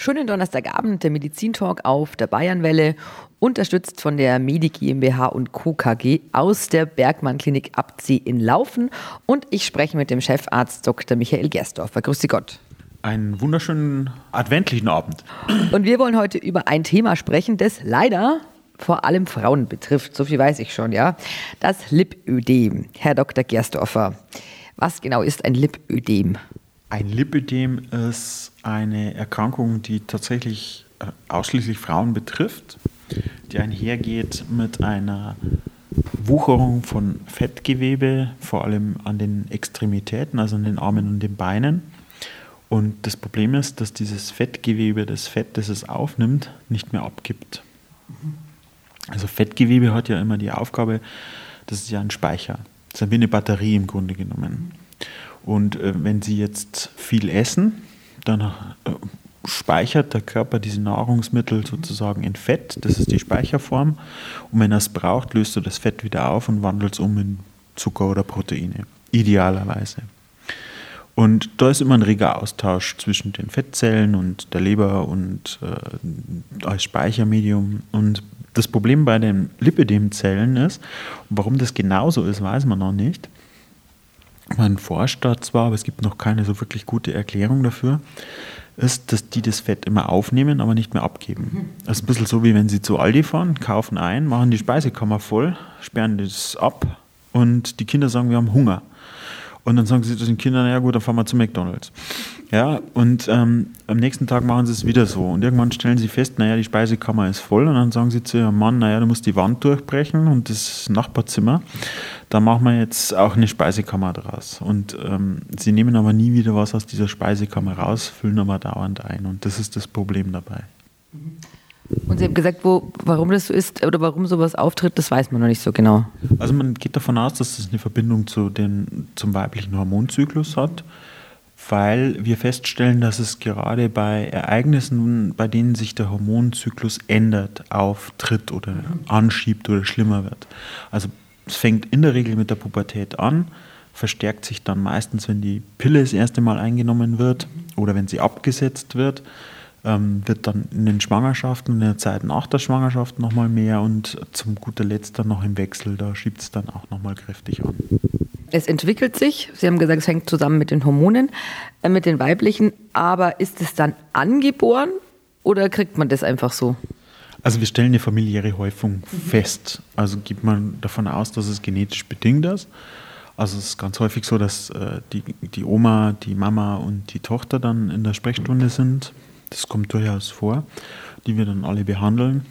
Schönen Donnerstagabend, der Medizintalk auf der Bayernwelle, unterstützt von der Medi GmbH und Co. KG aus der Bergmann Klinik Abzieh in Laufen. Und ich spreche mit dem Chefarzt Dr. Michael Gersdorfer. Grüß Sie Gott. Einen wunderschönen adventlichen Abend. Und wir wollen heute über ein Thema sprechen, das leider vor allem Frauen betrifft. So viel weiß ich schon, ja. Das Lipödem. Herr Dr. Gersdorfer, was genau ist ein Lipödem? Ein Lipödem ist eine Erkrankung, die tatsächlich ausschließlich Frauen betrifft, die einhergeht mit einer Wucherung von Fettgewebe, vor allem an den Extremitäten, also an den Armen und den Beinen. Und das Problem ist, dass dieses Fettgewebe, das Fett, das es aufnimmt, nicht mehr abgibt. Also Fettgewebe hat ja immer die Aufgabe, das ist ja ein Speicher. Das ist ja wie eine Batterie im Grunde genommen. Und wenn Sie jetzt viel essen, dann speichert der Körper diese Nahrungsmittel sozusagen in Fett. Das ist die Speicherform. Und wenn er es braucht, löst er das Fett wieder auf und wandelt es um in Zucker oder Proteine. Idealerweise. Und da ist immer ein reger Austausch zwischen den Fettzellen und der Leber und als Speichermedium. Und das Problem bei den Lipödemzellen ist, und warum das genauso ist, weiß man noch nicht. Man forscht da zwar, aber es gibt noch keine so wirklich gute Erklärung dafür, ist, dass die das Fett immer aufnehmen, aber nicht mehr abgeben. Das ist ein bisschen so, wie wenn Sie zu Aldi fahren, kaufen ein, machen die Speisekammer voll, sperren das ab und die Kinder sagen, wir haben Hunger. Und dann sagen sie zu den Kindern, ja gut, dann fahren wir zu McDonald's. Ja, und am nächsten Tag machen sie es wieder so. Und irgendwann stellen sie fest, naja, die Speisekammer ist voll. Und dann sagen sie zu ihrem Mann, naja, du musst die Wand durchbrechen und das Nachbarzimmer. Da machen wir jetzt auch eine Speisekammer draus. Und sie nehmen aber nie wieder was aus dieser Speisekammer raus, füllen aber dauernd ein. Und das ist das Problem dabei. Und Sie haben gesagt, warum das so ist oder warum sowas auftritt, das weiß man noch nicht so genau. Also man geht davon aus, dass das eine Verbindung zum weiblichen Hormonzyklus hat, weil wir feststellen, dass es gerade bei Ereignissen, bei denen sich der Hormonzyklus ändert, auftritt oder anschiebt oder schlimmer wird. Also es fängt in der Regel mit der Pubertät an, verstärkt sich dann meistens, wenn die Pille das erste Mal eingenommen wird oder wenn sie abgesetzt wird. Wird dann in den Schwangerschaften, in der Zeit nach der Schwangerschaft nochmal mehr und zum guter Letzt dann noch im Wechsel, da schiebt es dann auch nochmal kräftig an. Es entwickelt sich, Sie haben gesagt, es hängt zusammen mit den Hormonen, mit den weiblichen, aber ist es dann angeboren oder kriegt man das einfach so? Also wir stellen eine familiäre Häufung fest, also geht man davon aus, dass es genetisch bedingt ist. Also es ist ganz häufig so, dass die Oma, die Mama und die Tochter dann in der Sprechstunde sind. Das kommt durchaus vor, die wir dann alle behandeln.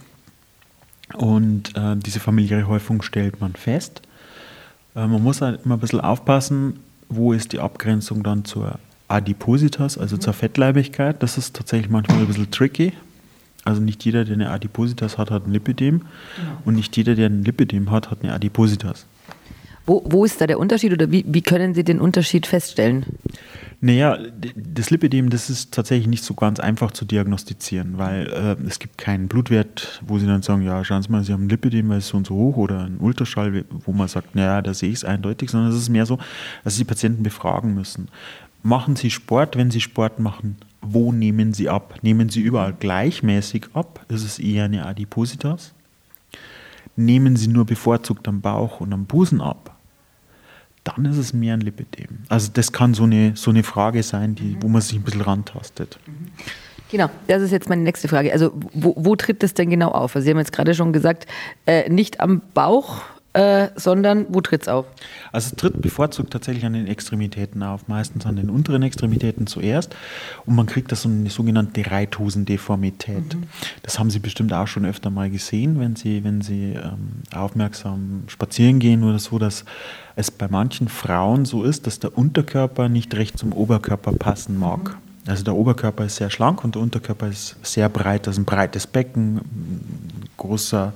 Und diese familiäre Häufung stellt man fest. Man muss halt immer ein bisschen aufpassen, wo ist die Abgrenzung dann zur Adipositas, also zur Fettleibigkeit. Das ist tatsächlich manchmal ein bisschen tricky. Also nicht jeder, der eine Adipositas hat, hat ein Lipödem. Genau. Und nicht jeder, der ein Lipödem hat, hat eine Adipositas. Wo ist da der Unterschied oder wie können Sie den Unterschied feststellen? Naja, das Lipödem, das ist tatsächlich nicht so ganz einfach zu diagnostizieren, weil es gibt keinen Blutwert, wo Sie dann sagen, ja, schauen Sie mal, Sie haben ein Lipödem, weil es so und so hoch, oder ein Ultraschall, wo man sagt, naja, da sehe ich es eindeutig, sondern es ist mehr so, dass Sie Patienten befragen müssen. Machen Sie Sport? Wenn Sie Sport machen, wo nehmen Sie ab? Nehmen Sie überall gleichmäßig ab? Ist es eher eine Adipositas? Nehmen Sie nur bevorzugt am Bauch und am Busen ab? Dann ist es mehr ein Lipödem. Also das kann so eine Frage sein, wo man sich ein bisschen rantastet. Genau, das ist jetzt meine nächste Frage. Also wo tritt das denn genau auf? Also Sie haben jetzt gerade schon gesagt, nicht am Bauch, sondern wo tritt es auf? Also es tritt bevorzugt tatsächlich an den Extremitäten auf, meistens an den unteren Extremitäten zuerst. Und man kriegt da so eine sogenannte Reithosendeformität. Das haben Sie bestimmt auch schon öfter mal gesehen, wenn Sie aufmerksam spazieren gehen oder so, dass es bei manchen Frauen so ist, dass der Unterkörper nicht recht zum Oberkörper passen mag. Also der Oberkörper ist sehr schlank und der Unterkörper ist sehr breit, also ein breites Becken, große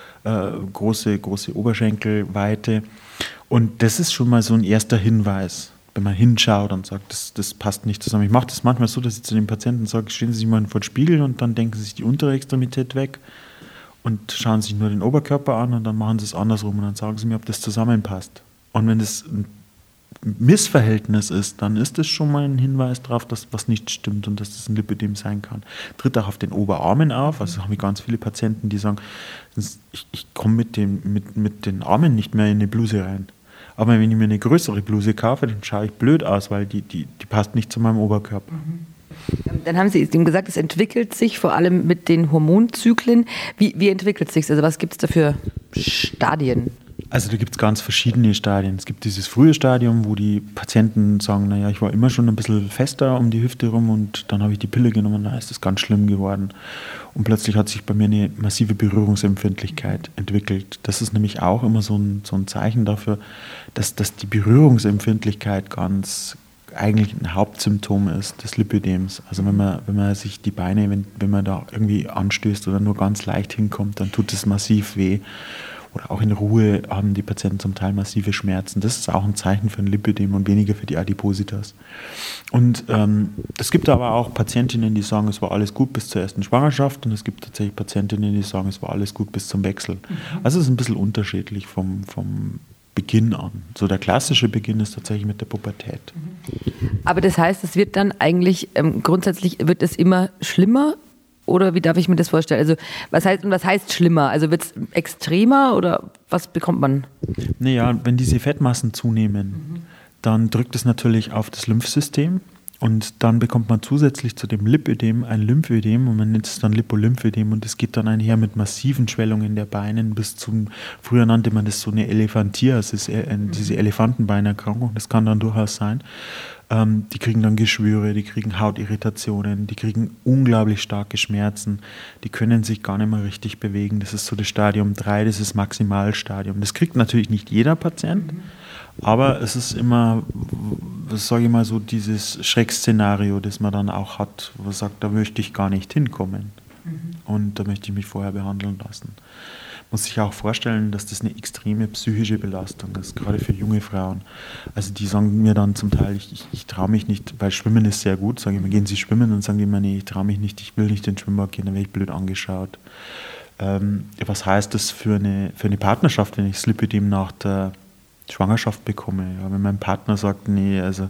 Oberschenkelweite. Und das ist schon mal so ein erster Hinweis, wenn man hinschaut und sagt, das passt nicht zusammen. Ich mache das manchmal so, dass ich zu den Patienten sage, stellen Sie sich mal vor den Spiegel und dann denken Sie sich die untere Extremität weg und schauen sich nur den Oberkörper an und dann machen Sie es andersrum und dann sagen Sie mir, ob das zusammenpasst. Und wenn das Missverhältnis ist, dann ist das schon mal ein Hinweis darauf, dass was nicht stimmt und dass das ein Lipödem sein kann. Tritt auch auf den Oberarmen auf. Also habe ich ganz viele Patienten, die sagen, ich komme mit den Armen nicht mehr in eine Bluse rein. Aber wenn ich mir eine größere Bluse kaufe, dann schaue ich blöd aus, weil die passt nicht zu meinem Oberkörper. Dann haben Sie eben gesagt, es entwickelt sich vor allem mit den Hormonzyklen. Wie entwickelt es sich? Also was gibt es da für Stadien? Also da gibt es ganz verschiedene Stadien. Es gibt dieses frühe Stadium, wo die Patienten sagen, naja, ich war immer schon ein bisschen fester um die Hüfte rum und dann habe ich die Pille genommen, da ist es ganz schlimm geworden. Und plötzlich hat sich bei mir eine massive Berührungsempfindlichkeit entwickelt. Das ist nämlich auch immer so ein Zeichen dafür, dass die Berührungsempfindlichkeit eigentlich ein Hauptsymptom ist des Lipödems. Also wenn man sich die Beine, wenn man da irgendwie anstößt oder nur ganz leicht hinkommt, dann tut es massiv weh. Oder auch in Ruhe haben die Patienten zum Teil massive Schmerzen. Das ist auch ein Zeichen für ein Lipödem und weniger für die Adipositas. Und es gibt aber auch Patientinnen, die sagen, es war alles gut bis zur ersten Schwangerschaft und es gibt tatsächlich Patientinnen, die sagen, es war alles gut bis zum Wechsel. Also es ist ein bisschen unterschiedlich vom Beginn an. So der klassische Beginn ist tatsächlich mit der Pubertät. Aber das heißt, es wird dann eigentlich, grundsätzlich wird es immer schlimmer? Oder wie darf ich mir das vorstellen? Also was heißt schlimmer? Also wird es extremer oder was bekommt man? Naja, wenn diese Fettmassen zunehmen, dann drückt es natürlich auf das Lymphsystem und dann bekommt man zusätzlich zu dem Lipödem ein Lymphödem und man nennt es dann Lipolymphödem und das geht dann einher mit massiven Schwellungen der Beinen bis zum, früher nannte man das so eine Elephantiasis, diese Elefantenbeinerkrankung, das kann dann durchaus sein. Die kriegen dann Geschwüre, die kriegen Hautirritationen, die kriegen unglaublich starke Schmerzen, die können sich gar nicht mehr richtig bewegen. Das ist so das Stadium 3, das ist Maximalstadium. Das kriegt natürlich nicht jeder Patient, aber es ist immer, sage ich mal so, dieses Schreckszenario, das man dann auch hat, wo man sagt, da möchte ich gar nicht hinkommen und da möchte ich mich vorher behandeln lassen. Muss sich auch vorstellen, dass das eine extreme psychische Belastung ist, gerade für junge Frauen. Also die sagen mir dann zum Teil, ich traue mich nicht, weil Schwimmen ist sehr gut, sage ich mir, gehen Sie schwimmen? Und sagen die mir, nee, ich traue mich nicht, ich will nicht in den Schwimmbad gehen, dann werde ich blöd angeschaut. Was heißt das für eine Partnerschaft, wenn ich das Lipödem nach der Schwangerschaft bekomme? Ja, wenn mein Partner sagt, nee, also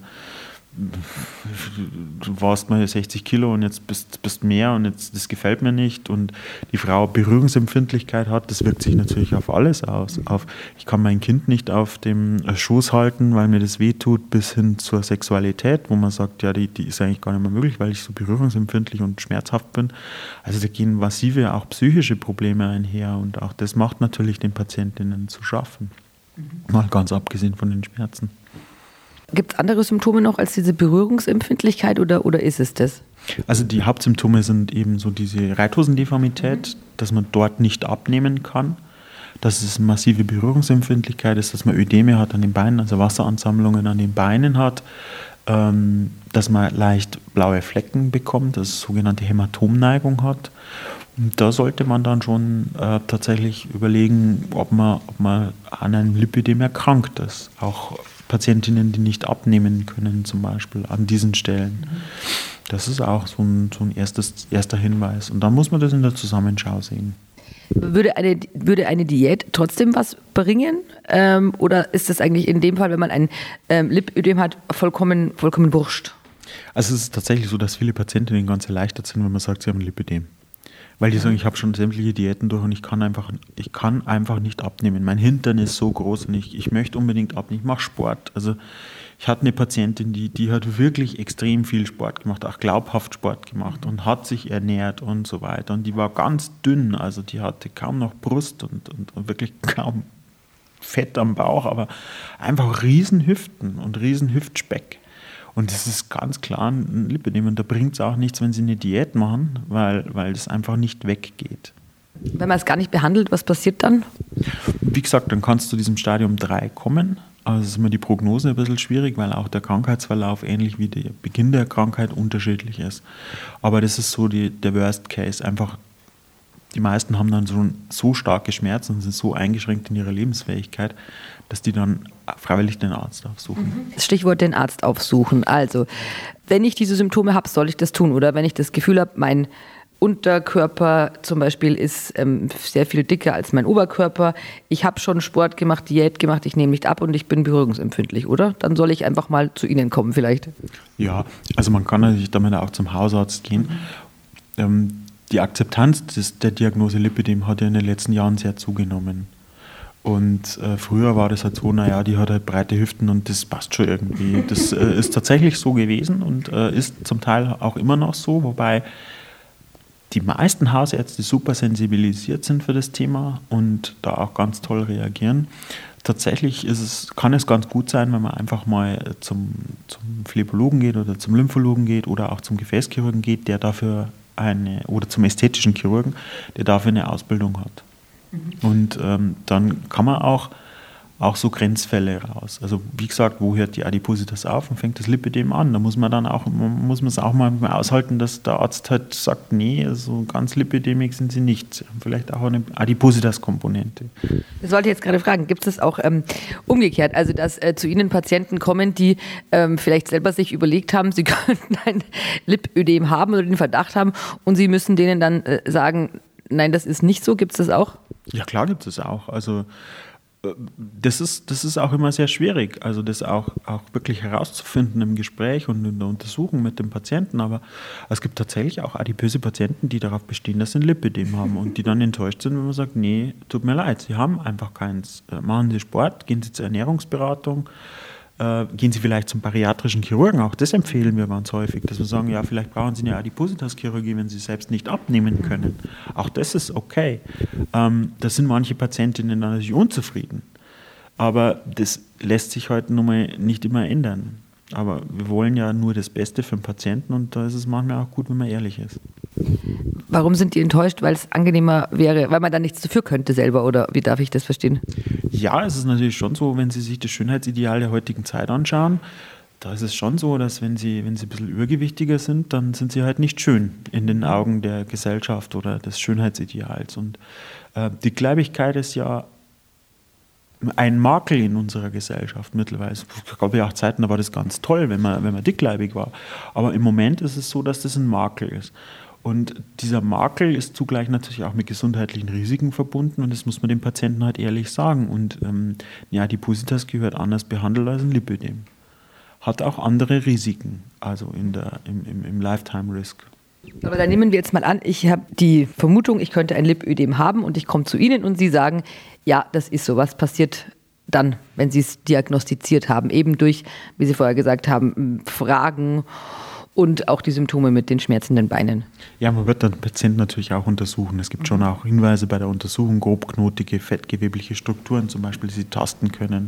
du warst mal 60 Kilo und jetzt bist mehr und jetzt das gefällt mir nicht und die Frau Berührungsempfindlichkeit hat, das wirkt sich natürlich auf alles aus. Ich kann mein Kind nicht auf dem Schoß halten, weil mir das wehtut, bis hin zur Sexualität, wo man sagt, ja, die ist eigentlich gar nicht mehr möglich, weil ich so berührungsempfindlich und schmerzhaft bin. Also da gehen massive auch psychische Probleme einher und auch das macht natürlich den Patientinnen zu schaffen. Mal ganz abgesehen von den Schmerzen. Gibt es andere Symptome noch als diese Berührungsempfindlichkeit oder ist es das? Also die Hauptsymptome sind eben so diese Reithosendeformität, dass man dort nicht abnehmen kann, dass es massive Berührungsempfindlichkeit ist, dass man Ödeme hat an den Beinen, also Wasseransammlungen an den Beinen hat, dass man leicht blaue Flecken bekommt, dass es sogenannte Hämatomneigung hat. Und da sollte man dann schon tatsächlich überlegen, ob man an einem Lipödem erkrankt ist. Auch Patientinnen, die nicht abnehmen können, zum Beispiel an diesen Stellen. Das ist auch so ein erster Hinweis. Und dann muss man das in der Zusammenschau sehen. Würde eine Diät trotzdem was bringen? Oder ist das eigentlich in dem Fall, wenn man ein Lipödem hat, vollkommen wurscht? Also es ist tatsächlich so, dass viele Patientinnen ganz erleichtert sind, wenn man sagt, sie haben ein Lipödem. Weil die sagen, ich habe schon sämtliche Diäten durch und ich kann einfach nicht abnehmen. Mein Hintern ist so groß und ich möchte unbedingt abnehmen. Ich mache Sport. Also ich hatte eine Patientin, die hat wirklich extrem viel Sport gemacht, auch glaubhaft Sport gemacht und hat sich ernährt und so weiter. Und die war ganz dünn, also die hatte kaum noch Brust und wirklich kaum Fett am Bauch, aber einfach riesen Hüften und riesen Hüftspeck. Und das ist ganz klar ein Lipödem. Und da bringt es auch nichts, wenn Sie eine Diät machen, weil das einfach nicht weggeht. Wenn man es gar nicht behandelt, was passiert dann? Wie gesagt, dann kann es zu diesem Stadium 3 kommen. Also ist immer die Prognose ein bisschen schwierig, weil auch der Krankheitsverlauf ähnlich wie der Beginn der Krankheit unterschiedlich ist. Aber das ist so der Worst Case. Einfach, die meisten haben dann so starke Schmerzen und sind so eingeschränkt in ihrer Lebensfähigkeit, dass die dann freiwillig den Arzt aufsuchen. Stichwort den Arzt aufsuchen. Also, wenn ich diese Symptome habe, soll ich das tun? Oder wenn ich das Gefühl habe, mein Unterkörper zum Beispiel ist sehr viel dicker als mein Oberkörper. Ich habe schon Sport gemacht, Diät gemacht, ich nehme nicht ab und ich bin berührungsempfindlich, oder? Dann soll ich einfach mal zu Ihnen kommen vielleicht. Ja, also man kann natürlich damit auch zum Hausarzt gehen. Die Akzeptanz der Diagnose Lipödem hat ja in den letzten Jahren sehr zugenommen. Und früher war das halt so, naja, die hat halt breite Hüften und das passt schon irgendwie. Das ist tatsächlich so gewesen und ist zum Teil auch immer noch so, wobei die meisten Hausärzte super sensibilisiert sind für das Thema und da auch ganz toll reagieren. Tatsächlich kann es ganz gut sein, wenn man einfach mal zum Phlebologen geht oder zum Lymphologen geht oder auch zum Gefäßchirurgen geht, der dafür oder zum ästhetischen Chirurgen, der dafür eine Ausbildung hat. Und dann kann man auch so Grenzfälle raus. Also wie gesagt, wo hört die Adipositas auf und fängt das Lipödem an? Da muss man es auch mal aushalten, dass der Arzt halt sagt, nee, so ganz lipödemisch sind sie nicht. Sie haben vielleicht auch eine Adipositas-Komponente. Das wollte ich jetzt gerade fragen. Gibt es auch umgekehrt, also dass zu Ihnen Patienten kommen, die vielleicht selber sich überlegt haben, sie könnten ein Lipödem haben oder den Verdacht haben und Sie müssen denen dann sagen, nein, das ist nicht so. Gibt es das auch? Ja, klar gibt es auch. Also das ist auch immer sehr schwierig, also das auch wirklich herauszufinden im Gespräch und in der Untersuchung mit dem Patienten. Aber es gibt tatsächlich auch adipöse Patienten, die darauf bestehen, dass sie ein Lipödem haben und die dann enttäuscht sind, wenn man sagt, nee, tut mir leid, Sie haben einfach keins. Machen Sie Sport, gehen Sie zur Ernährungsberatung, gehen Sie vielleicht zum bariatrischen Chirurgen, auch das empfehlen wir ganz häufig, dass wir sagen, ja, vielleicht brauchen Sie eine Adipositas-Chirurgie, wenn Sie selbst nicht abnehmen können. Auch das ist okay. Da sind manche Patientinnen dann natürlich unzufrieden. Aber das lässt sich heute nun mal nicht immer ändern. Aber wir wollen ja nur das Beste für den Patienten und da ist es manchmal auch gut, wenn man ehrlich ist. Warum sind die enttäuscht? Weil es angenehmer wäre, weil man da nichts dafür könnte selber, oder wie darf ich das verstehen? Ja, es ist natürlich schon so, wenn Sie sich das Schönheitsideal der heutigen Zeit anschauen, da ist es schon so, dass wenn Sie ein bisschen übergewichtiger sind, dann sind Sie halt nicht schön in den Augen der Gesellschaft oder des Schönheitsideals. Und Dickleibigkeit ist ja ein Makel in unserer Gesellschaft mittlerweile. Es gab ja auch Zeiten, da war das ganz toll, wenn man dickleibig war. Aber im Moment ist es so, dass das ein Makel ist. Und dieser Makel ist zugleich natürlich auch mit gesundheitlichen Risiken verbunden und das muss man dem Patienten halt ehrlich sagen. Und eine Adipositas gehört anders behandelt als ein Lipödem. Hat auch andere Risiken, also im Lifetime-Risk. Aber dann nehmen wir jetzt mal an, ich habe die Vermutung, ich könnte ein Lipödem haben und ich komme zu Ihnen und Sie sagen, ja, das ist so. Was passiert dann, wenn Sie es diagnostiziert haben? Eben durch, wie Sie vorher gesagt haben, Fragen und auch die Symptome mit den schmerzenden Beinen. Ja, man wird den Patienten natürlich auch untersuchen. Es gibt schon auch Hinweise bei der Untersuchung, grobknotige, fettgewebliche Strukturen zum Beispiel, die Sie tasten können,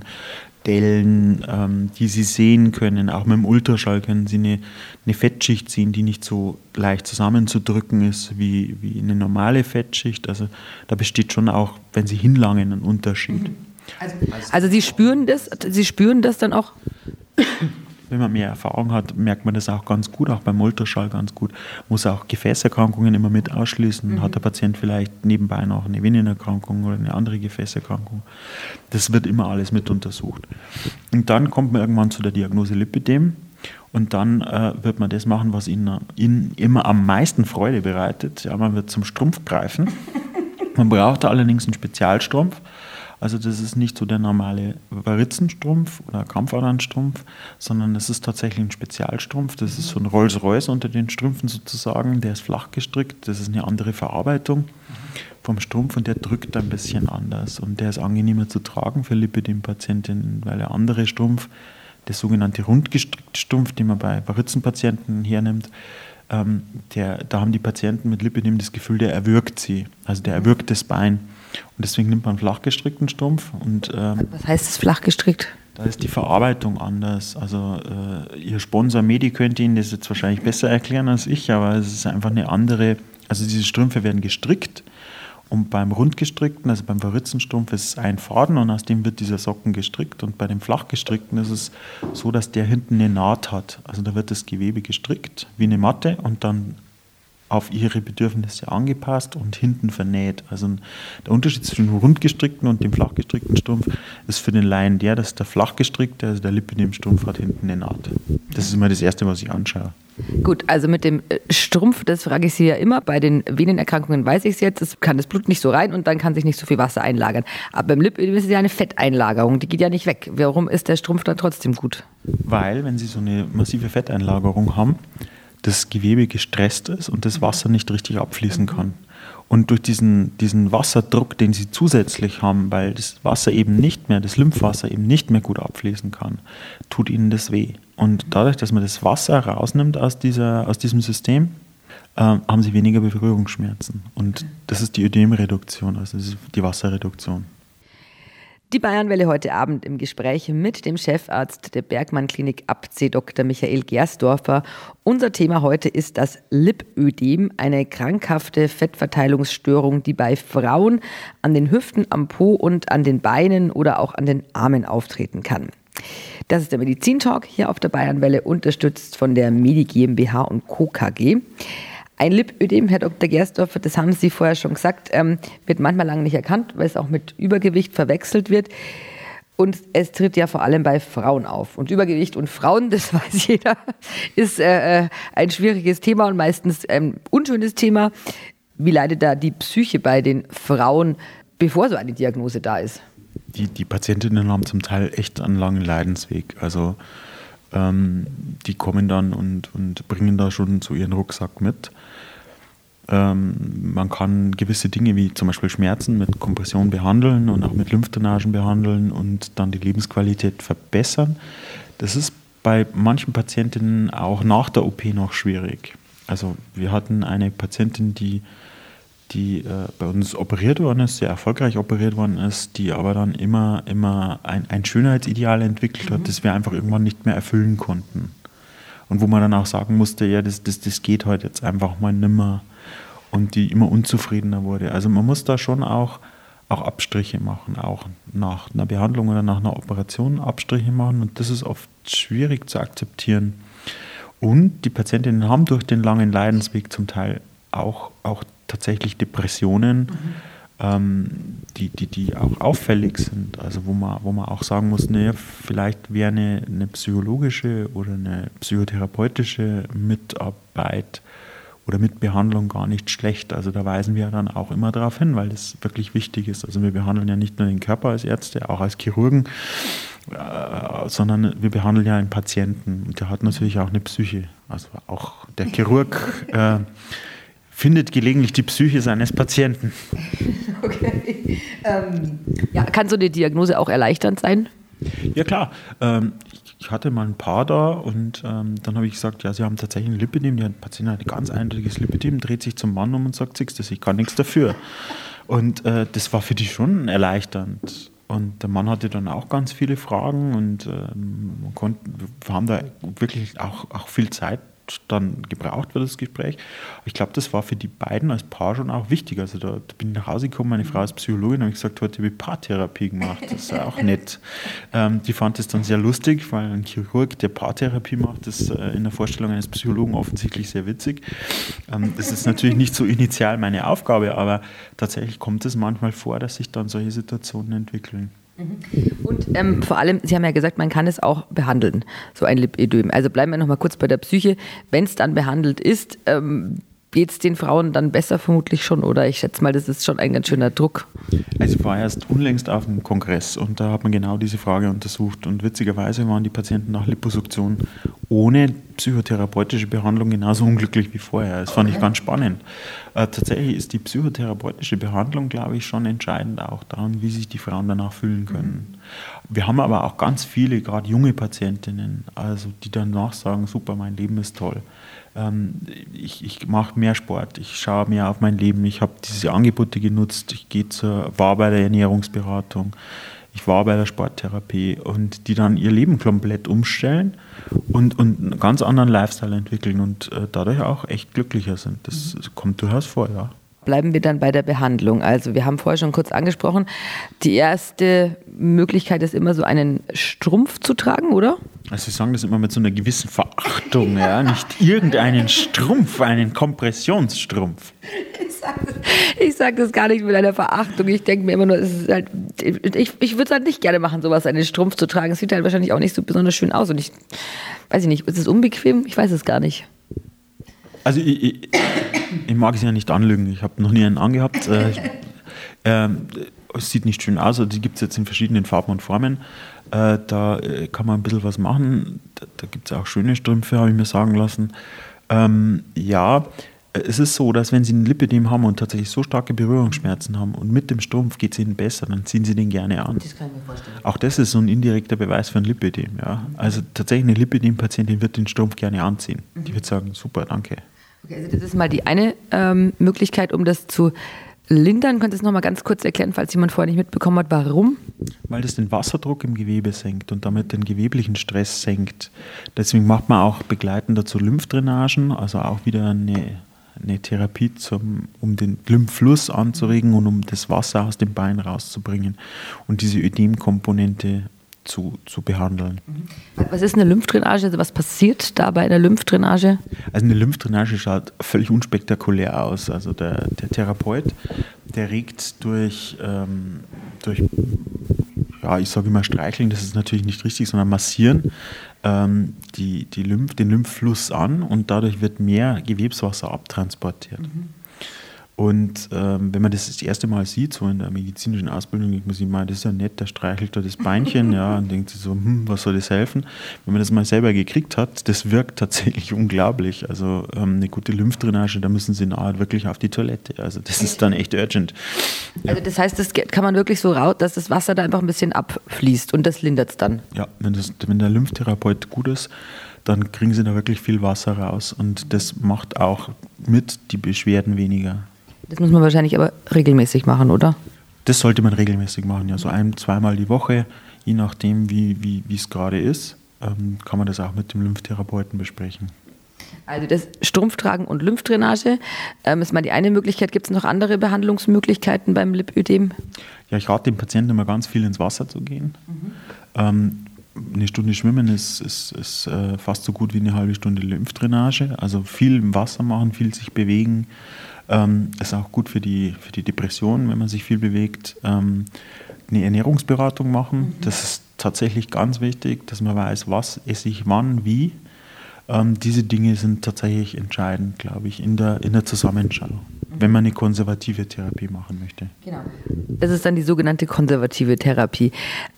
Dellen, die Sie sehen können. Auch mit dem Ultraschall können Sie eine Fettschicht sehen, die nicht so leicht zusammenzudrücken ist wie eine normale Fettschicht. Also da besteht schon auch, wenn Sie hinlangen, ein Unterschied. Also Sie spüren das dann auch? Wenn man mehr Erfahrung hat, merkt man das auch ganz gut, auch beim Ultraschall ganz gut. Muss auch Gefäßerkrankungen immer mit ausschließen. Hat der Patient vielleicht nebenbei noch eine Venenerkrankung oder eine andere Gefäßerkrankung. Das wird immer alles mit untersucht. Und dann kommt man irgendwann zu der Diagnose Lipödem und dann wird man das machen, was Ihnen immer am meisten Freude bereitet. Ja, man wird zum Strumpf greifen. Man braucht da allerdings einen Spezialstrumpf. Also das ist nicht so der normale Varizenstrumpf oder Krampfadernstrumpf, sondern das ist tatsächlich ein Spezialstrumpf. Das ist so ein Rolls-Royce unter den Strümpfen sozusagen. Der ist flach gestrickt. Das ist eine andere Verarbeitung vom Strumpf und der drückt ein bisschen anders. Und der ist angenehmer zu tragen für Lipödem-Patientinnen, weil der andere Strumpf, der sogenannte rundgestrickte Strumpf, den man bei Varizenpatienten hernimmt, da haben die Patienten mit Lipödem das Gefühl, der erwürgt sie. Also der erwürgt das Bein. Und deswegen nimmt man einen flach gestrickten Strumpf. Und, was heißt es flach gestrickt? Da ist die Verarbeitung anders. Also Ihr Sponsor Medi könnte Ihnen das jetzt wahrscheinlich besser erklären als ich, aber es ist einfach eine andere, also diese Strümpfe werden gestrickt und beim rundgestrickten, also beim Varizenstrumpf ist es ein Faden und aus dem wird dieser Socken gestrickt und bei dem flach gestrickten ist es so, dass der hinten eine Naht hat. Also da wird das Gewebe gestrickt wie eine Matte und dann auf ihre Bedürfnisse angepasst und hinten vernäht. Also der Unterschied zwischen dem rundgestrickten und dem flachgestrickten Strumpf ist für den Laien dass der flachgestrickte, also der Lipödem-Strumpf, hat hinten eine Naht. Das ist immer das Erste, was ich anschaue. Gut, also mit dem Strumpf, das frage ich Sie ja immer, bei den Venenerkrankungen weiß ich es jetzt, es kann das Blut nicht so rein und dann kann sich nicht so viel Wasser einlagern. Aber beim Lipödem ist es ja eine Fetteinlagerung, die geht ja nicht weg. Warum ist der Strumpf dann trotzdem gut? Weil, wenn Sie so eine massive Fetteinlagerung haben, das Gewebe gestresst ist und das Wasser nicht richtig abfließen kann. Und durch diesen Wasserdruck, den sie zusätzlich haben, weil das Wasser eben nicht mehr, das Lymphwasser eben nicht mehr gut abfließen kann, tut ihnen das weh. Und dadurch, dass man das Wasser rausnimmt aus diesem System, haben sie weniger Berührungsschmerzen. Und das ist die Ödemreduktion, also das ist die Wasserreduktion. Die Bayernwelle heute Abend im Gespräch mit dem Chefarzt der Bergmann Klinik Abzee, Dr. Michael Gersdorfer. Unser Thema heute ist das Lipödem, eine krankhafte Fettverteilungsstörung, die bei Frauen an den Hüften, am Po und an den Beinen oder auch an den Armen auftreten kann. Das ist der Medizintalk hier auf der Bayernwelle, unterstützt von der Medi GmbH und Co. KG. Ein Lipödem, Herr Dr. Gersdorfer, das haben Sie vorher schon gesagt, wird manchmal lange nicht erkannt, weil es auch mit Übergewicht verwechselt wird. Und es tritt ja vor allem bei Frauen auf. Und Übergewicht und Frauen, das weiß jeder, ist ein schwieriges Thema und meistens ein unschönes Thema. Wie leidet da die Psyche bei den Frauen, bevor so eine Diagnose da ist? Die Patientinnen haben zum Teil echt einen langen Leidensweg. Also die kommen dann und bringen da schon so ihren Rucksack mit. Man kann gewisse Dinge wie zum Beispiel Schmerzen mit Kompression behandeln und auch mit Lymphdrainagen behandeln und dann die Lebensqualität verbessern. Das ist bei manchen Patientinnen auch nach der OP noch schwierig. Also wir hatten eine Patientin, die bei uns operiert worden ist, sehr erfolgreich operiert worden ist, die aber dann immer ein Schönheitsideal entwickelt hat, das wir einfach irgendwann nicht mehr erfüllen konnten. Und wo man dann auch sagen musste, ja, das geht heute jetzt einfach mal nimmer. Und die immer unzufriedener wurde. Also man muss da schon auch Abstriche machen, auch nach einer Behandlung oder nach einer Operation Abstriche machen. Und das ist oft schwierig zu akzeptieren. Und die Patientinnen haben durch den langen Leidensweg zum Teil auch tatsächlich Depressionen, die auch auffällig sind. Also wo man auch sagen muss, naja, vielleicht wäre eine psychologische oder eine psychotherapeutische Mitarbeit oder Mitbehandlung gar nicht schlecht. Also da weisen wir dann auch immer darauf hin, weil das wirklich wichtig ist. Also wir behandeln ja nicht nur den Körper als Ärzte, auch als Chirurgen, sondern wir behandeln ja einen Patienten und der hat natürlich auch eine Psyche. Also auch der Chirurg findet gelegentlich die Psyche seines Patienten. Okay. Kann so eine Diagnose auch erleichternd sein? Ja klar. Ich hatte mal ein Paar da und dann habe ich gesagt, ja, sie haben tatsächlich ein Lipödem. Die Patientin hat ein ganz eindeutiges Lipödem, dreht sich zum Mann um und sagt, siehst du, ich kann nichts dafür. Und das war für die schon erleichternd. Und der Mann hatte dann auch ganz viele Fragen und wir haben da wirklich auch viel Zeit dann gebraucht für das Gespräch. Ich glaube, das war für die beiden als Paar schon auch wichtig. Also da bin ich nach Hause gekommen, meine Frau ist Psychologin, habe ich gesagt, heute habe ich Paartherapie gemacht. Das ist auch nett. Die fand es dann sehr lustig, weil ein Chirurg, der Paartherapie macht, ist in der Vorstellung eines Psychologen offensichtlich sehr witzig. Das ist natürlich nicht so initial meine Aufgabe, aber tatsächlich kommt es manchmal vor, dass sich dann solche Situationen entwickeln. Und vor allem, Sie haben ja gesagt, man kann es auch behandeln, so ein Lipödem. Also bleiben wir noch mal kurz bei der Psyche. Wenn es dann behandelt ist, geht es den Frauen dann besser vermutlich schon? Oder ich schätze mal, das ist schon ein ganz schöner Druck. Also ich war erst unlängst auf einem Kongress und da hat man genau diese Frage untersucht. Und witzigerweise waren die Patienten nach Liposuktion ohne psychotherapeutische Behandlung genauso unglücklich wie vorher. Das fand ich ganz spannend. Tatsächlich ist die psychotherapeutische Behandlung, glaube ich, schon entscheidend auch daran, wie sich die Frauen danach fühlen können. Wir haben aber auch ganz viele, gerade junge Patientinnen, also die danach sagen, super, mein Leben ist toll. Ich mache mehr Sport, ich schaue mehr auf mein Leben, ich habe diese Angebote genutzt, ich war bei der Ernährungsberatung, ich war bei der Sporttherapie und die dann ihr Leben komplett umstellen und einen ganz anderen Lifestyle entwickeln und dadurch auch echt glücklicher sind. Das kommt durchaus vor, ja. bleiben wir dann bei der Behandlung. Also wir haben vorher schon kurz angesprochen, die erste Möglichkeit ist immer so einen Strumpf zu tragen, oder? Also Sie sagen das immer mit so einer gewissen Verachtung, ja, nicht irgendeinen Strumpf, einen Kompressionsstrumpf. Ich sage das gar nicht mit einer Verachtung. Ich denke mir immer nur, es ist halt, ich würde es halt nicht gerne machen, sowas, einen Strumpf zu tragen. Es sieht halt wahrscheinlich auch nicht so besonders schön aus. Und ich weiß nicht, ist es unbequem? Ich weiß es gar nicht. Also ich mag es ja nicht anlügen. Ich habe noch nie einen angehabt. Es sieht nicht schön aus. Also die gibt es jetzt in verschiedenen Farben und Formen. Da kann man ein bisschen was machen. Da gibt es auch schöne Strümpfe, habe ich mir sagen lassen. Es ist so, dass wenn Sie ein Lipödem haben und tatsächlich so starke Berührungsschmerzen haben und mit dem Strumpf geht es Ihnen besser, dann ziehen Sie den gerne an. Das kann ich mir vorstellen. Auch das ist so ein indirekter Beweis für ein Lipödem. Ja. Also tatsächlich eine Lipödem-Patientin wird den Strumpf gerne anziehen. Die wird sagen, super, danke. Okay, also das ist mal die eine Möglichkeit, um das zu lindern. Könntest du es nochmal ganz kurz erklären, falls jemand vorher nicht mitbekommen hat, warum? Weil das den Wasserdruck im Gewebe senkt und damit den geweblichen Stress senkt. Deswegen macht man auch begleitend dazu Lymphdrainagen, also auch wieder eine Therapie, um den Lymphfluss anzuregen und um das Wasser aus dem Bein rauszubringen und diese Ödemkomponente zu behandeln. Was ist eine Lymphdrainage? Also was passiert da bei einer Lymphdrainage? Also eine Lymphdrainage schaut völlig unspektakulär aus. Also der Therapeut, der regt durch ich sage immer streicheln, das ist natürlich nicht richtig, sondern massieren den Lymphfluss an und dadurch wird mehr Gewebswasser abtransportiert. Und wenn man das erste Mal sieht, so in der medizinischen Ausbildung, denkt man sich mal, das ist ja nett, der streichelt da das Beinchen, ja, und denkt sich so, was soll das helfen? Wenn man das mal selber gekriegt hat, das wirkt tatsächlich unglaublich. Also eine gute Lymphdrainage, da müssen Sie nahe wirklich auf die Toilette. Also das ist dann echt urgent. Ja. Also das heißt, das kann man wirklich so raus, dass das Wasser da einfach ein bisschen abfließt und das lindert es dann? Ja, wenn der Lymphtherapeut gut ist, dann kriegen Sie da wirklich viel Wasser raus und das macht auch mit die Beschwerden weniger. Das muss man wahrscheinlich aber regelmäßig machen, oder? Das sollte man regelmäßig machen, ja, so 1-2 Mal die Woche, je nachdem, wie es gerade ist, kann man das auch mit dem Lymphtherapeuten besprechen. Also das Strumpftragen und Lymphdrainage ist mal die eine Möglichkeit. Gibt es noch andere Behandlungsmöglichkeiten beim Lipödem? Ja, ich rate dem Patienten immer ganz viel ins Wasser zu gehen. Eine Stunde Schwimmen ist fast so gut wie eine halbe Stunde Lymphdrainage. Also viel im Wasser machen, viel sich bewegen. Ist auch gut für die Depression, wenn man sich viel bewegt. Eine Ernährungsberatung machen, das ist tatsächlich ganz wichtig, dass man weiß, was esse ich wann, wie. Diese Dinge sind tatsächlich entscheidend, glaube ich, in der Zusammenschau, wenn man eine konservative Therapie machen möchte. Genau. Das ist dann die sogenannte konservative Therapie.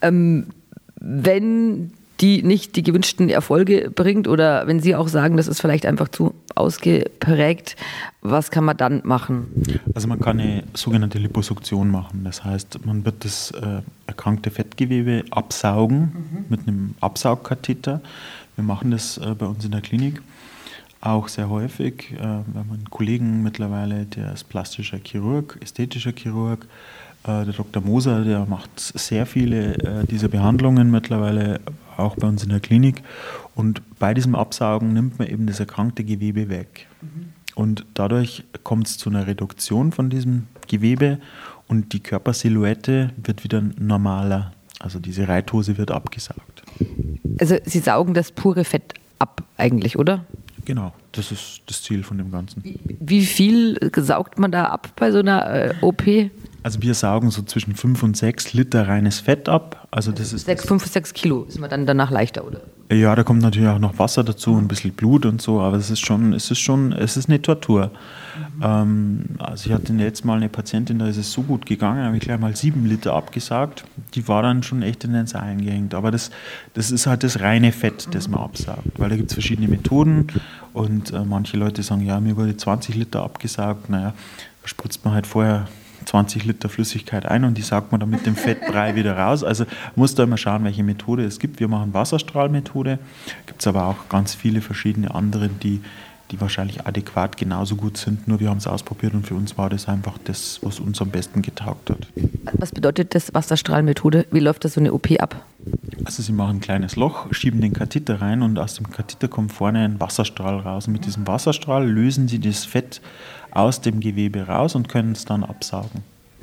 Wenn die nicht die gewünschten Erfolge bringt oder wenn Sie auch sagen, das ist vielleicht einfach zu ausgeprägt, was kann man dann machen? Also man kann eine sogenannte Liposuktion machen. Das heißt, man wird das erkrankte Fettgewebe absaugen mit einem Absaugkatheter. Wir machen das bei uns in der Klinik auch sehr häufig. Wir haben einen Kollegen mittlerweile, der ist plastischer Chirurg, ästhetischer Chirurg. Der Dr. Moser, der macht sehr viele dieser Behandlungen mittlerweile auch bei uns in der Klinik. Und bei diesem Absaugen nimmt man eben das erkrankte Gewebe weg. Und dadurch kommt es zu einer Reduktion von diesem Gewebe und die Körpersilhouette wird wieder normaler. Also diese Reithose wird abgesaugt. Also Sie saugen das pure Fett ab eigentlich, oder? Genau, das ist das Ziel von dem Ganzen. Wie viel saugt man da ab bei so einer OP? Also wir saugen so zwischen 5 und 6 Liter reines Fett ab. Also das ist 5 bis 6 Kilo, ist man dann danach leichter, oder? Ja, da kommt natürlich auch noch Wasser dazu, ein bisschen Blut und so, aber es ist eine Tortur. Also ich hatte jetzt mal eine Patientin, da ist es so gut gegangen, da habe ich gleich mal 7 Liter abgesaugt. Die war dann schon echt in den Seilen gehängt. Aber das ist halt das reine Fett, das man absaugt, weil da gibt es verschiedene Methoden und manche Leute sagen, ja, mir wurde 20 Liter abgesaugt. Naja, da spritzt man halt vorher 20 Liter Flüssigkeit ein und die saugt man dann mit dem Fettbrei wieder raus. Also muss da immer schauen, welche Methode es gibt. Wir machen Wasserstrahlmethode, gibt es aber auch ganz viele verschiedene andere, die wahrscheinlich adäquat genauso gut sind. Nur wir haben es ausprobiert und für uns war das einfach das, was uns am besten getaugt hat. Was bedeutet das Wasserstrahlmethode? Wie läuft das so eine OP ab? Also Sie machen ein kleines Loch, schieben den Katheter rein und aus dem Katheter kommt vorne ein Wasserstrahl raus. Und mit diesem Wasserstrahl lösen Sie das Fett aus dem Gewebe raus und können es dann absaugen.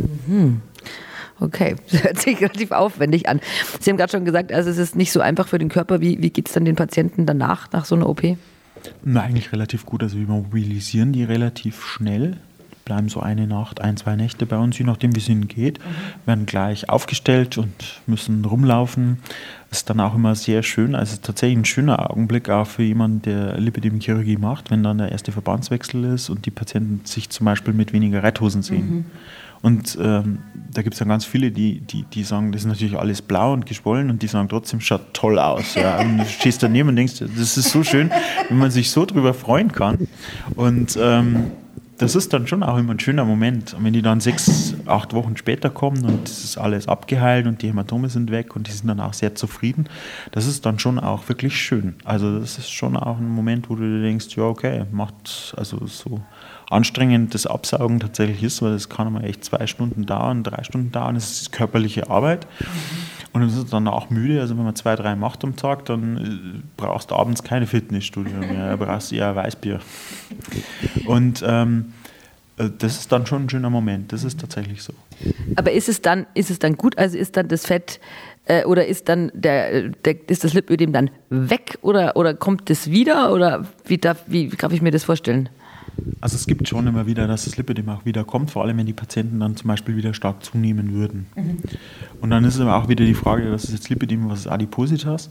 Okay, das hört sich relativ aufwendig an. Sie haben gerade schon gesagt, also es ist nicht so einfach für den Körper. Wie geht es dann den Patienten danach, nach so einer OP? Na, eigentlich relativ gut. Also wir mobilisieren die relativ schnell. Bleiben so eine Nacht, 2 Nächte bei uns, je nachdem wie es ihnen geht. Werden gleich aufgestellt und müssen rumlaufen. Ist dann auch immer sehr schön. Also tatsächlich ein schöner Augenblick auch für jemanden, der Lipödem-Chirurgie macht, wenn dann der erste Verbandswechsel ist und die Patienten sich zum Beispiel mit weniger Reithosen sehen. Und da gibt es dann ganz viele, die sagen, das ist natürlich alles blau und geschwollen und die sagen trotzdem, schaut toll aus. Ja. Und du stehst daneben und denkst, das ist so schön, wenn man sich so drüber freuen kann. Und das ist dann schon auch immer ein schöner Moment. Und wenn die dann 6-8 Wochen später kommen und es ist alles abgeheilt und die Hämatome sind weg und die sind dann auch sehr zufrieden, das ist dann schon auch wirklich schön. Also das ist schon auch ein Moment, wo du dir denkst, ja okay, macht also so anstrengend das Absaugen tatsächlich ist, weil das kann mal echt 2 Stunden dauern, 3 Stunden dauern, das ist körperliche Arbeit. Und es ist dann auch müde, also wenn man 2-3 macht am Tag, dann brauchst du abends keine Fitnessstudio mehr, da brauchst du eher Weißbier. Und das ist dann schon ein schöner Moment, das ist tatsächlich so. Aber ist es dann gut, also ist dann das Fett oder ist dann ist das Lipödem dann weg oder kommt das wieder oder wie darf ich mir das vorstellen? Also es gibt schon immer wieder, dass das Lipödem auch wieder kommt, vor allem wenn die Patienten dann zum Beispiel wieder stark zunehmen würden. Und dann ist aber auch wieder die Frage, was ist jetzt Lipödem, was ist Adipositas?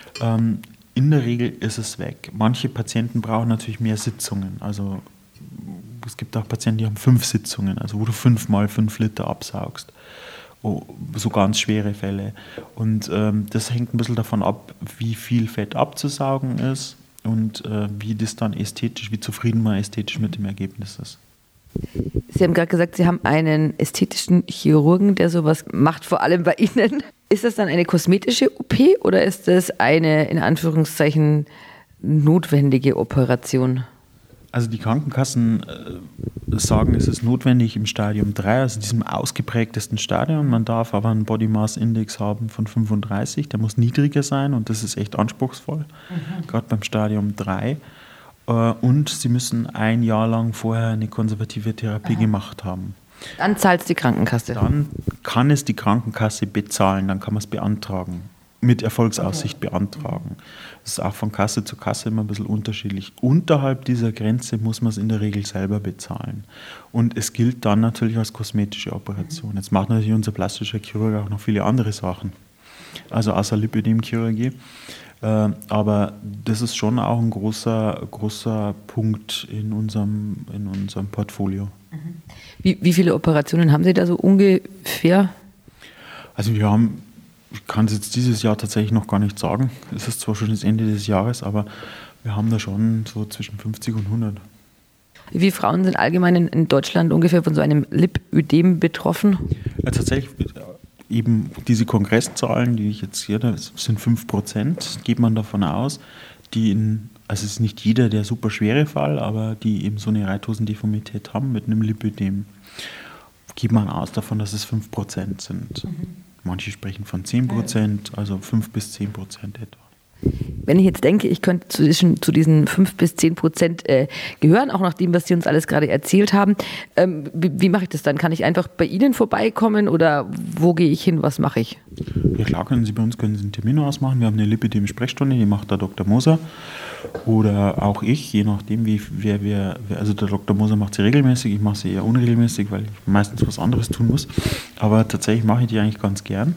In der Regel ist es weg. Manche Patienten brauchen natürlich mehr Sitzungen. Also es gibt auch Patienten, die haben 5 Sitzungen, also wo du 5 mal 5 Liter absaugst. Oh, so ganz schwere Fälle. Und das hängt ein bisschen davon ab, wie viel Fett abzusaugen ist und wie das dann ästhetisch, wie zufrieden man ästhetisch mit dem Ergebnis ist. Sie haben gerade gesagt, Sie haben einen ästhetischen Chirurgen, der sowas macht, vor allem bei Ihnen. Ist das dann eine kosmetische OP oder ist das eine, in Anführungszeichen, notwendige Operation? Also die Krankenkassen sagen, es ist notwendig im Stadium 3, also diesem ausgeprägtesten Stadium. Man darf aber einen Body Mass Index haben von 35, der muss niedriger sein und das ist echt anspruchsvoll, gerade beim Stadium 3. Und sie müssen 1 Jahr lang vorher eine konservative Therapie gemacht haben. Dann zahlt es die Krankenkasse. Dann kann es die Krankenkasse bezahlen, dann kann man es beantragen. Mit Erfolgsaussicht beantragen. Das ist auch von Kasse zu Kasse immer ein bisschen unterschiedlich. Unterhalb dieser Grenze muss man es in der Regel selber bezahlen. Und es gilt dann natürlich als kosmetische Operation. Jetzt macht natürlich unser plastischer Chirurg auch noch viele andere Sachen. Also außer Lipödem-Chirurgie. Aber das ist schon auch ein großer Punkt in unserem Portfolio. Wie viele Operationen haben Sie da so ungefähr? Also wir haben, ich kann es jetzt dieses Jahr tatsächlich noch gar nicht sagen. Es ist zwar schon das Ende des Jahres, aber wir haben da schon so zwischen 50 und 100. Wie viele Frauen sind allgemein in Deutschland ungefähr von so einem Lipödem betroffen? Ja, tatsächlich eben diese Kongreszahlen, die ich jetzt hier, das sind 5%, geht man davon aus, also es ist nicht jeder der super schwere Fall, aber die eben so eine Reithosendeformität haben mit einem Lipödem, geht man aus davon, dass es 5% sind. Manche sprechen von 10%, also 5-10% etwa. Wenn ich jetzt denke, ich könnte zu diesen 5-10% gehören, auch nach dem, was Sie uns alles gerade erzählt haben, wie mache ich das dann? Kann ich einfach bei Ihnen vorbeikommen oder wo gehe ich hin, was mache ich? Ja klar, können Sie einen Termin ausmachen. Wir haben eine Lipödem-Sprechstunde, die macht der Dr. Moser oder auch ich, je nachdem, also der Dr. Moser macht sie regelmäßig, ich mache sie eher unregelmäßig, weil ich meistens was anderes tun muss, aber tatsächlich mache ich die eigentlich ganz gern.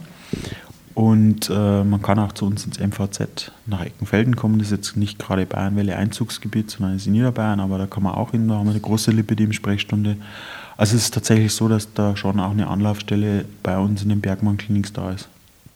Und man kann auch zu uns ins MVZ nach Eckenfelden kommen. Das ist jetzt nicht gerade Bayernwelle Einzugsgebiet, sondern ist in Niederbayern, aber da kann man auch hin, da haben wir eine große Lipödem-Sprechstunde. Also es ist tatsächlich so, dass da schon auch eine Anlaufstelle bei uns in den Bergmann-Kliniks da ist.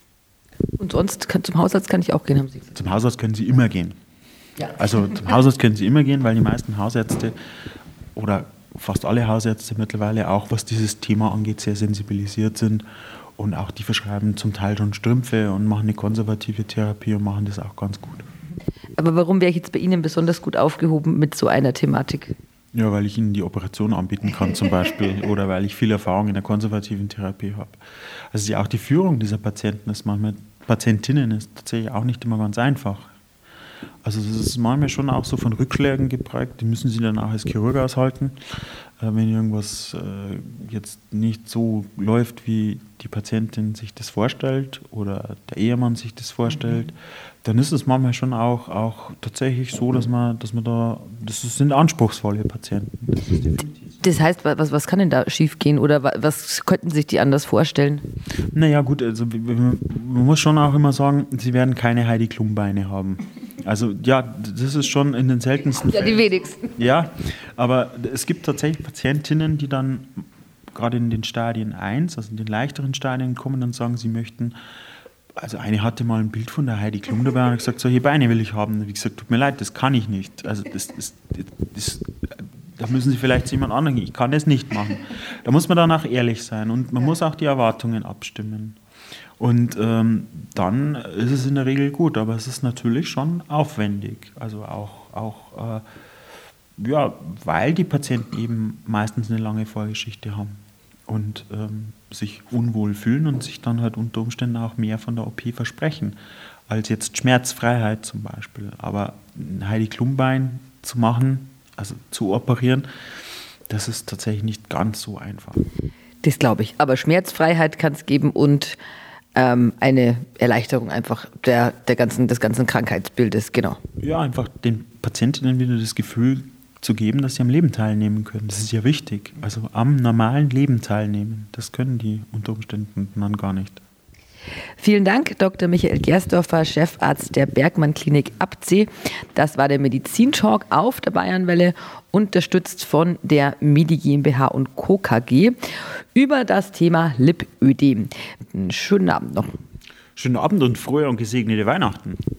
Und sonst zum Hausarzt kann ich auch gehen, haben Sie gesagt? Zum Hausarzt können Sie immer gehen. Ja. Also zum Hausarzt können Sie immer gehen, weil die meisten Hausärzte oder fast alle Hausärzte mittlerweile auch, was dieses Thema angeht, sehr sensibilisiert sind. Und auch die verschreiben zum Teil schon Strümpfe und machen eine konservative Therapie und machen das auch ganz gut. Aber warum wäre ich jetzt bei Ihnen besonders gut aufgehoben mit so einer Thematik? Ja, weil ich Ihnen die Operation anbieten kann zum Beispiel oder weil ich viel Erfahrung in der konservativen Therapie habe. Also auch die Patientinnen ist tatsächlich auch nicht immer ganz einfach. Also das ist manchmal schon auch so von Rückschlägen geprägt, die müssen Sie dann auch als Chirurg aushalten. Wenn irgendwas jetzt nicht so läuft, wie die Patientin sich das vorstellt oder der Ehemann sich das vorstellt, dann ist es manchmal schon auch tatsächlich so, dass das sind anspruchsvolle Patienten. Das ist definitiv. Das heißt, was kann denn da schiefgehen oder was könnten sich die anders vorstellen? Naja gut, also man muss schon auch immer sagen, sie werden keine Heidi Klum-Beine haben. Also ja, das ist schon in den seltensten Fällen. Ja, die wenigsten. Ja, aber es gibt tatsächlich Patientinnen, die dann gerade in den Stadien 1, also in den leichteren Stadien kommen und sagen, sie möchten, also eine hatte mal ein Bild von der Heidi Klum dabei und hat gesagt, solche Beine will ich haben. Und ich gesagt, tut mir leid, das kann ich nicht. Also da müssen Sie vielleicht zu jemand anderem gehen. Ich kann das nicht machen. Da muss man dann auch ehrlich sein und man muss auch die Erwartungen abstimmen. Und dann ist es in der Regel gut, aber es ist natürlich schon aufwendig. Also auch weil die Patienten eben meistens eine lange Vorgeschichte haben und sich unwohl fühlen und sich dann halt unter Umständen auch mehr von der OP versprechen, als jetzt Schmerzfreiheit zum Beispiel. Aber ein Heidi Klum-Bein zu machen, also zu operieren, das ist tatsächlich nicht ganz so einfach. Das glaube ich. Aber Schmerzfreiheit kann es geben und eine Erleichterung einfach des ganzen Krankheitsbildes, genau. Ja, einfach den Patientinnen wieder das Gefühl zu geben, dass sie am Leben teilnehmen können. Das ist ja wichtig. Also am normalen Leben teilnehmen. Das können die unter Umständen dann gar nicht. Vielen Dank, Dr. Michael Gersdorfer, Chefarzt der Bergmann Klinik Abzee. Das war der Medizin-Talk auf der Bayernwelle, unterstützt von der Medi GmbH und Co. KG über das Thema Lipödem. Einen schönen Abend noch. Schönen Abend und frohe und gesegnete Weihnachten.